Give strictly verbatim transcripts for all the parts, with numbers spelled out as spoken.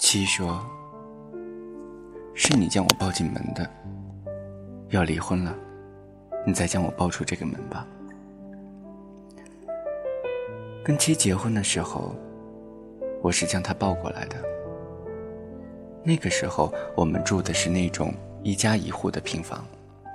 七说，是你将我抱进门的，要离婚了，你再将我抱出这个门吧。跟七结婚的时候，我是将她抱过来的。那个时候我们住的是那种一家一户的平房。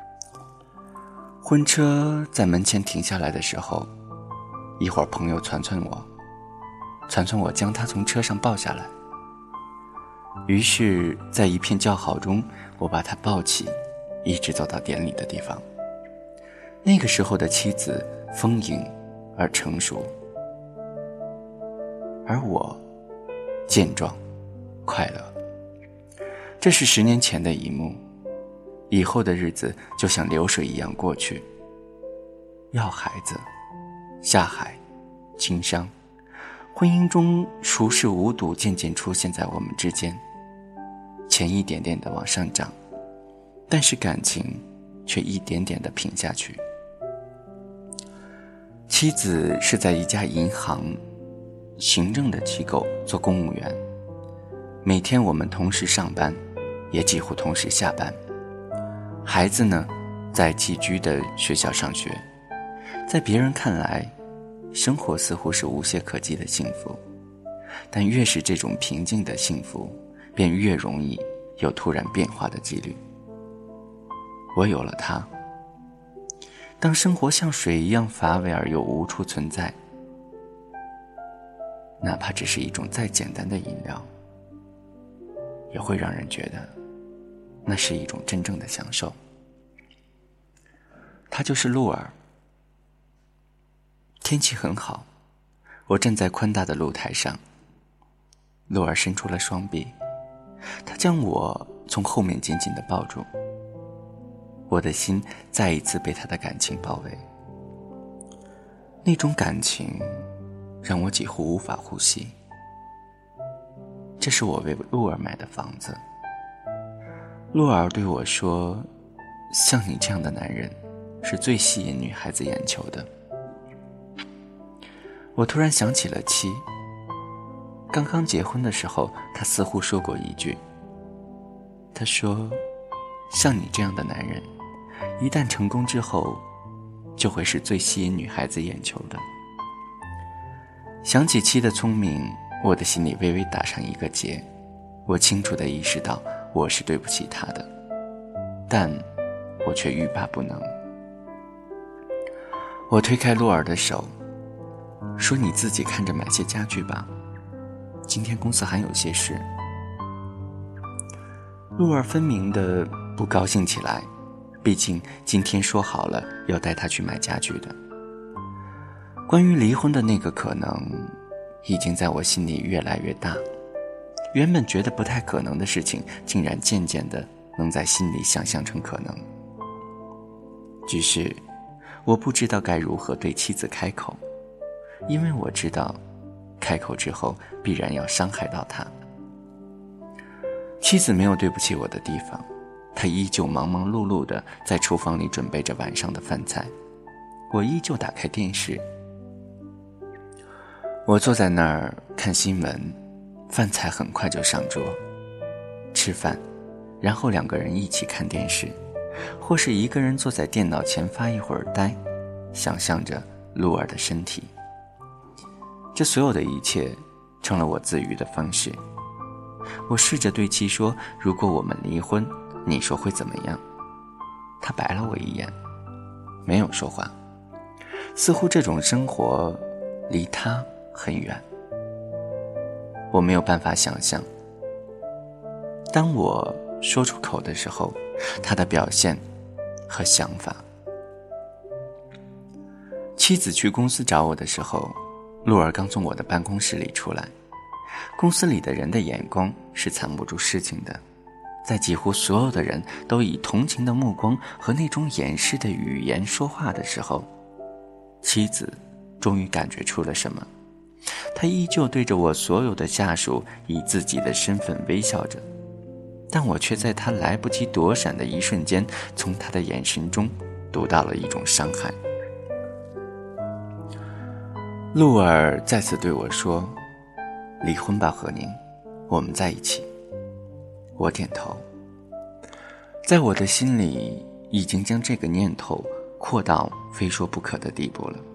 婚车在门前停下来的时候，一会儿朋友传传我传传我将她从车上抱下来，于是在一片叫好中，我把她抱起，一直走到典礼的地方。那个时候的妻子丰盈而成熟，而我健壮快乐。这是十年前的一幕，以后的日子就像流水一样过去。要孩子，下海，经商，婚姻中熟视无睹渐渐出现在我们之间，钱一点点地往上涨，但是感情却一点点地平下去。妻子是在一家银行行政的机构做公务员，每天我们同时上班，也几乎同时下班。孩子呢，在寄居的学校上学。在别人看来，生活似乎是无懈可击的幸福，但越是这种平静的幸福，便越容易有突然变化的几率。我有了它，当生活像水一样乏味而又无处存在，哪怕只是一种再简单的饮料，也会让人觉得那是一种真正的享受。它就是鹿儿。天气很好，我站在宽大的露台上，鹿儿伸出了双臂，他将我从后面紧紧地抱住，我的心再一次被他的感情包围。那种感情让我几乎无法呼吸。这是我为鹿儿买的房子。鹿儿对我说，像你这样的男人是最吸引女孩子眼球的。我突然想起了七，刚刚结婚的时候，他似乎说过一句，他说，像你这样的男人，一旦成功之后，就会是最吸引女孩子眼球的。想起七的聪明，我的心里微微打上一个结。我清楚地意识到我是对不起他的，但我却欲罢不能。我推开鹿儿的手，说，你自己看着买些家具吧，今天公司还有些事。鹿儿分明的不高兴起来，毕竟今天说好了要带他去买家具的。关于离婚的那个可能，已经在我心里越来越大。原本觉得不太可能的事情，竟然渐渐的能在心里想象成可能。只是我不知道该如何对妻子开口，因为我知道开口之后必然要伤害到她。妻子没有对不起我的地方，她依旧忙忙碌碌地在厨房里准备着晚上的饭菜，我依旧打开电视。我坐在那儿看新闻，饭菜很快就上桌。吃饭，然后两个人一起看电视，或是一个人坐在电脑前发一会儿呆，想象着鹿儿的身体。这所有的一切成了我自娱的方式。我试着对其说，如果我们离婚，你说会怎么样？他白了我一眼，没有说话，似乎这种生活离他很远。我没有办法想象，当我说出口的时候，他的表现和想法。妻子去公司找我的时候，鹿儿刚从我的办公室里出来。公司里的人的眼光是藏不住事情的，在几乎所有的人都以同情的目光和那种掩饰的语言说话的时候，妻子终于感觉出了什么。她依旧对着我所有的下属以自己的身份微笑着，但我却在她来不及躲闪的一瞬间，从她的眼神中读到了一种伤害。鹿儿再次对我说，离婚吧，何宁， 我们在一起。我点头，在我的心里已经将这个念头扩到非说不可的地步了。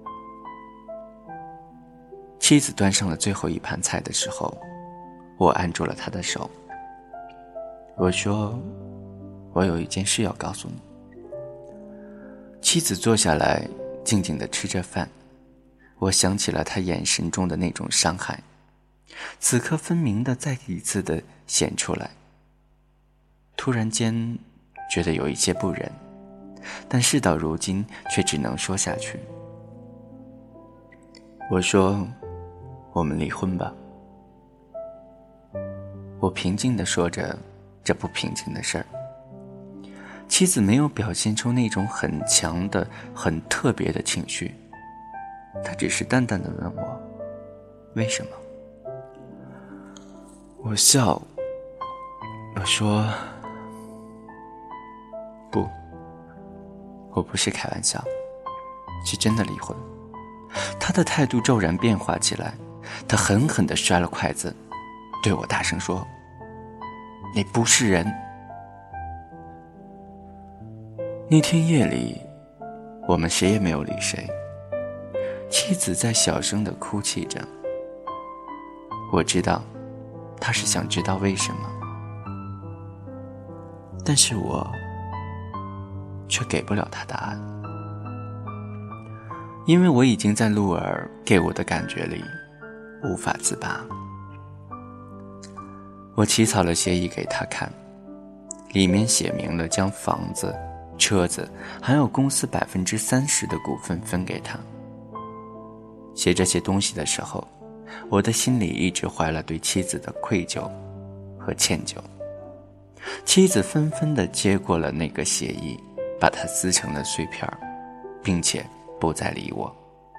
妻子端上了最后一盘菜的时候，我按住了她的手。我说，我有一件事要告诉你。妻子坐下来静静地吃着饭，我想起了她眼神中的那种伤害，此刻分明地再一次地显出来。突然间觉得有一些不忍，但事到如今却只能说下去。我说，我们离婚吧。我平静地说着这不平静的事儿。妻子没有表现出那种很强的很特别的情绪，她只是淡淡地问我为什么。我笑，我说，不，我不是开玩笑，是真的离婚。他的态度骤然变化起来，他狠狠地摔了筷子，对我大声说，你不是人。那天夜里，我们谁也没有理谁，妻子在小声地哭泣着。我知道她是想知道为什么，但是我却给不了她答案，因为我已经在鹿儿给我的感觉里无法自拔。我起草了协议给她看，里面写明了将房子、车子还有公司百分之三十的股份分给她。写这些东西的时候，我的心里一直怀了对妻子的愧疚和歉疚。妻子纷纷地接过了那个协议，把它撕成了碎片，并且不再理我。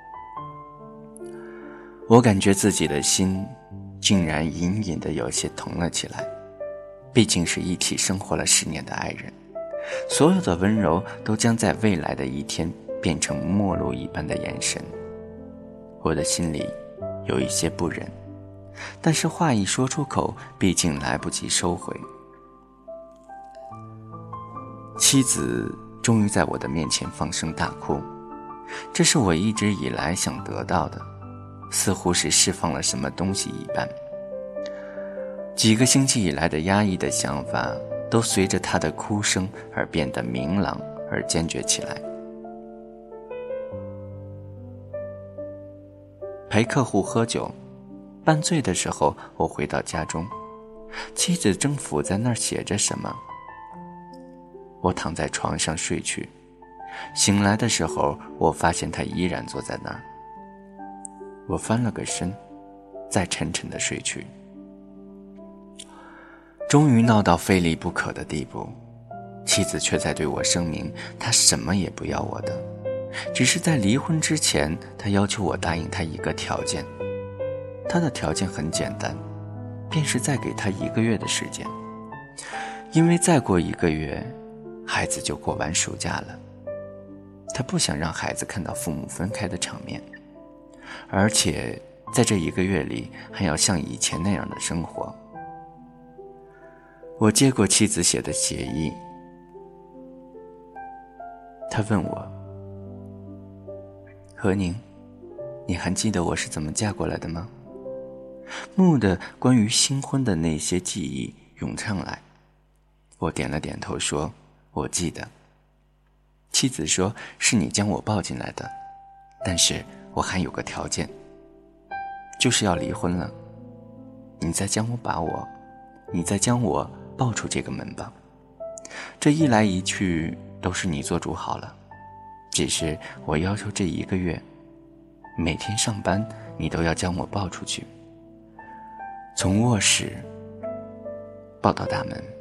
我感觉自己的心竟然隐隐地有些疼了起来，毕竟是一起生活了十年的爱人，所有的温柔都将在未来的一天变成陌路一般的眼神。我的心里有一些不忍，但是话一说出口，毕竟来不及收回。妻子终于在我的面前放声大哭，这是我一直以来想得到的，似乎是释放了什么东西一般。几个星期以来的压抑的想法都随着她的哭声而变得明朗而坚决起来。陪客户喝酒，半醉的时候，我回到家中，妻子正伏在那儿写着什么。我躺在床上睡去，醒来的时候，我发现她依然坐在那儿。我翻了个身，再沉沉地睡去。终于闹到非离不可的地步，妻子却在对我声明，她什么也不要我的，只是在离婚之前，她要求我答应她一个条件。她的条件很简单，便是再给她一个月的时间，因为再过一个月，孩子就过完暑假了。她不想让孩子看到父母分开的场面，而且在这一个月里还要像以前那样的生活。我接过妻子写的协议，她问我，何宁，你还记得我是怎么嫁过来的吗？木的关于新婚的那些记忆涌上来，我点了点头说，我记得。妻子说，是你将我抱进来的，但是我还有个条件，就是要离婚了，你再将我把我你再将我抱出这个门吧。这一来一去都是你做主好了，只是我要求这一个月每天上班你都要将我抱出去，从卧室抱到大门。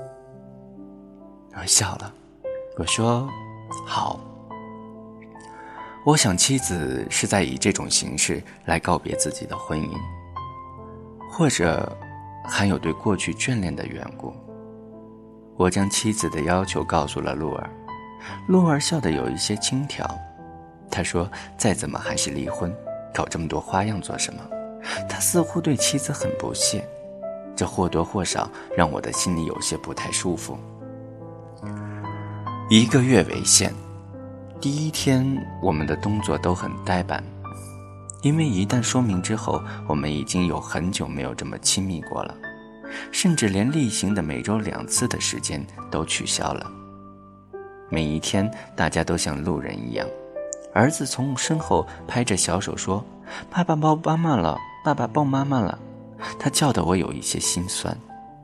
我笑了，我说好。我想妻子是在以这种形式来告别自己的婚姻，或者还有对过去眷恋的缘故。我将妻子的要求告诉了鹿儿，鹿儿笑得有一些轻佻，他说再怎么还是离婚，搞这么多花样做什么？他似乎对妻子很不屑。 这或多或少让我的心里有些不太舒服。一个月为限，第一天我们的动作都很呆板，因为一旦说明之后，我们已经有很久没有这么亲密过了，甚至连例行的每周两次的时间都取消了。每一天大家都像路人一样，儿子从身后拍着小手说：“爸爸抱妈妈了，爸爸抱妈妈了。”他叫得我有一些心酸。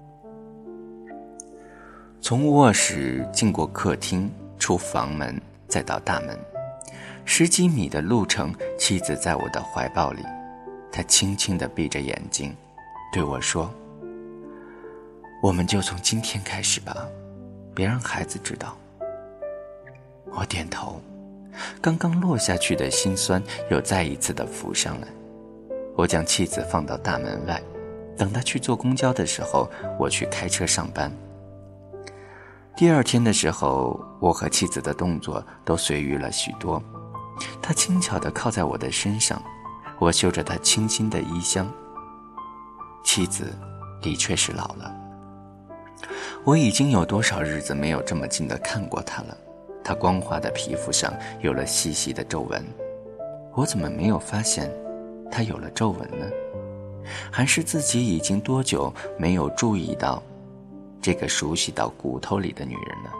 从卧室经过客厅，出房门，再到大门，十几米的路程，妻子在我的怀抱里，她轻轻地闭着眼睛对我说：“我们就从今天开始吧，别让孩子知道。”我点头，刚刚落下去的心酸又再一次地浮上来。我将妻子放到大门外，等她去坐公交的时候，我去开车上班。第二天的时候，我和妻子的动作都随意了许多。她轻巧地靠在我的身上，我嗅着她清新的衣香。妻子的确是老了，我已经有多少日子没有这么近地看过她了。她光滑的皮肤上有了细细的皱纹，我怎么没有发现她有了皱纹呢？还是自己已经多久没有注意到这个熟悉到骨头里的女人呢？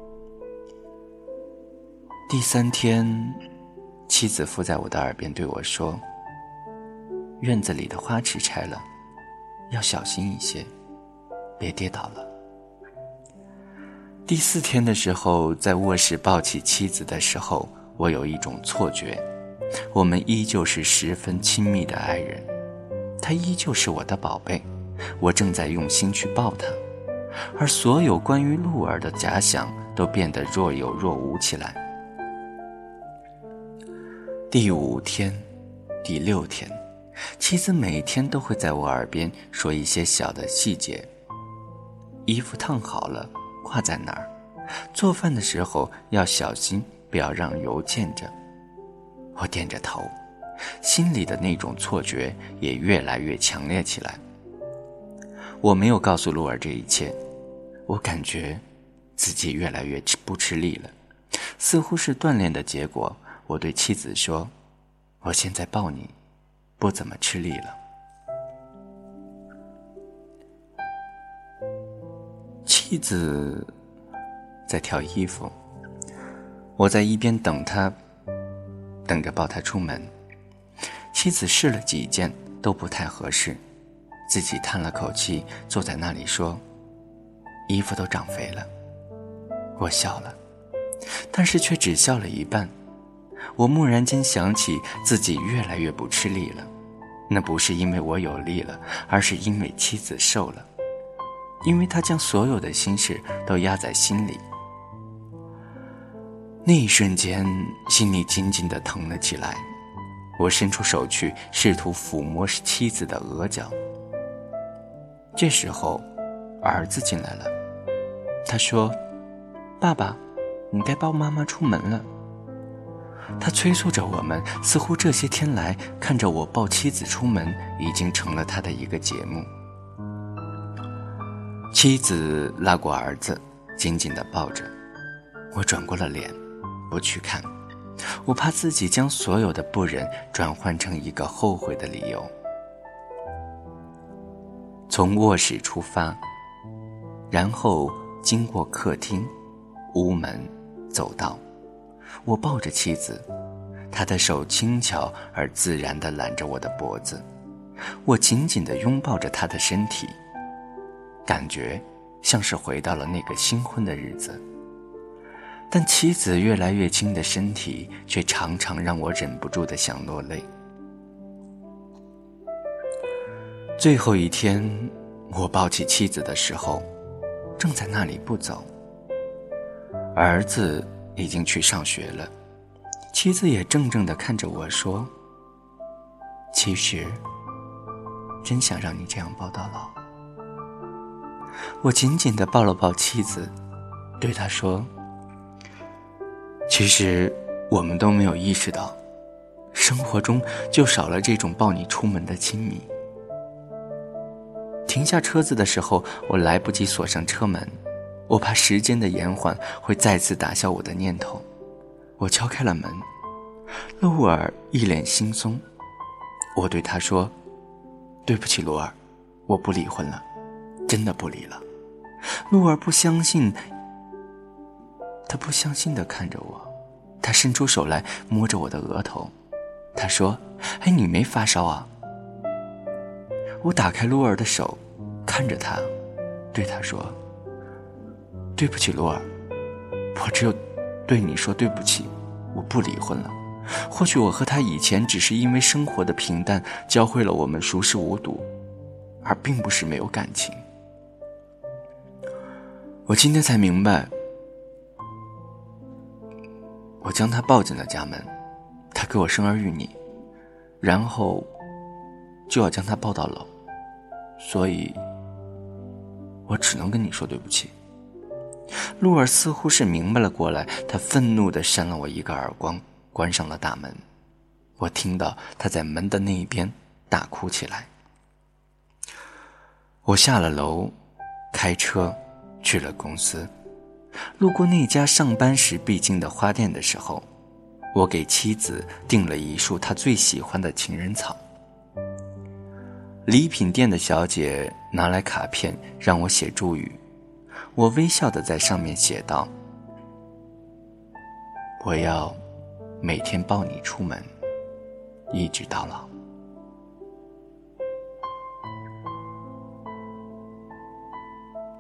第三天，妻子附在我的耳边对我说：“院子里的花池拆了，要小心一些，别跌倒了。”第四天的时候，在卧室抱起妻子的时候，我有一种错觉，我们依旧是十分亲密的爱人，她依旧是我的宝贝，我正在用心去抱她，而所有关于鹿儿的假想都变得若有若无起来。第五天，第六天，妻子每天都会在我耳边说一些小的细节：衣服烫好了，挂在哪儿？做饭的时候要小心，不要让油溅着。我点着头，心里的那种错觉也越来越强烈起来。我没有告诉鹿儿这一切，我感觉自己越来越不吃力了，似乎是锻炼的结果。我对妻子说：“我现在抱你，不怎么吃力了。”妻子在挑衣服，我在一边等她，等着抱她出门。妻子试了几件都不太合适，自己叹了口气，坐在那里说：“衣服都长肥了。”我笑了，但是却只笑了一半。我蓦然间想起自己越来越不吃力了，那不是因为我有力了，而是因为妻子瘦了，因为她将所有的心事都压在心里。那一瞬间，心里紧紧地疼了起来。我伸出手去，试图抚摸妻子的额角。这时候，儿子进来了，他说：“爸爸，你该抱妈妈出门了。”他催促着我们，似乎这些天来看着我抱妻子出门已经成了他的一个节目。妻子拉过儿子，紧紧地抱着。我转过了脸，不去看，我怕自己将所有的不忍转换成一个后悔的理由。从卧室出发，然后经过客厅、屋门、走道，我抱着妻子，她的手轻巧而自然地揽着我的脖子，我紧紧地拥抱着她的身体，感觉像是回到了那个新婚的日子。但妻子越来越轻的身体却常常让我忍不住地想落泪。最后一天，我抱起妻子的时候，正在那里不走。儿子已经去上学了，妻子也怔怔地看着我说：“其实，真想让你这样抱到老。”我紧紧地抱了抱妻子，对她说：“其实我们都没有意识到，生活中就少了这种抱你出门的亲密。” 停下车子的时候，我来不及锁上车门，我怕时间的延缓会再次打消我的念头。我敲开了门，露尔一脸惺忪。我对他说：对不起，露尔，我不离婚了，真的不离了。露尔不相信，他不相信地看着我，他伸出手来摸着我的额头，他说：哎，你没发烧啊？我打开露尔的手，看着他，对他说：对不起，露尔，我只有对你说对不起，我不离婚了。或许我和他以前只是因为生活的平淡教会了我们熟视无睹，而并不是没有感情。我今天才明白，我将他抱进了家门，他给我生儿育女，然后就要将他抱到楼，所以我只能跟你说对不起。露尔似乎是明白了过来，他愤怒地扇了我一个耳光，关上了大门。我听到他在门的那一边大哭起来。我下了楼，开车去了公司。路过那家上班时必经的花店的时候，我给妻子订了一束她最喜欢的情人草。礼品店的小姐拿来卡片让我写祝语，我微笑地在上面写道：我要每天抱你出门，一直到老。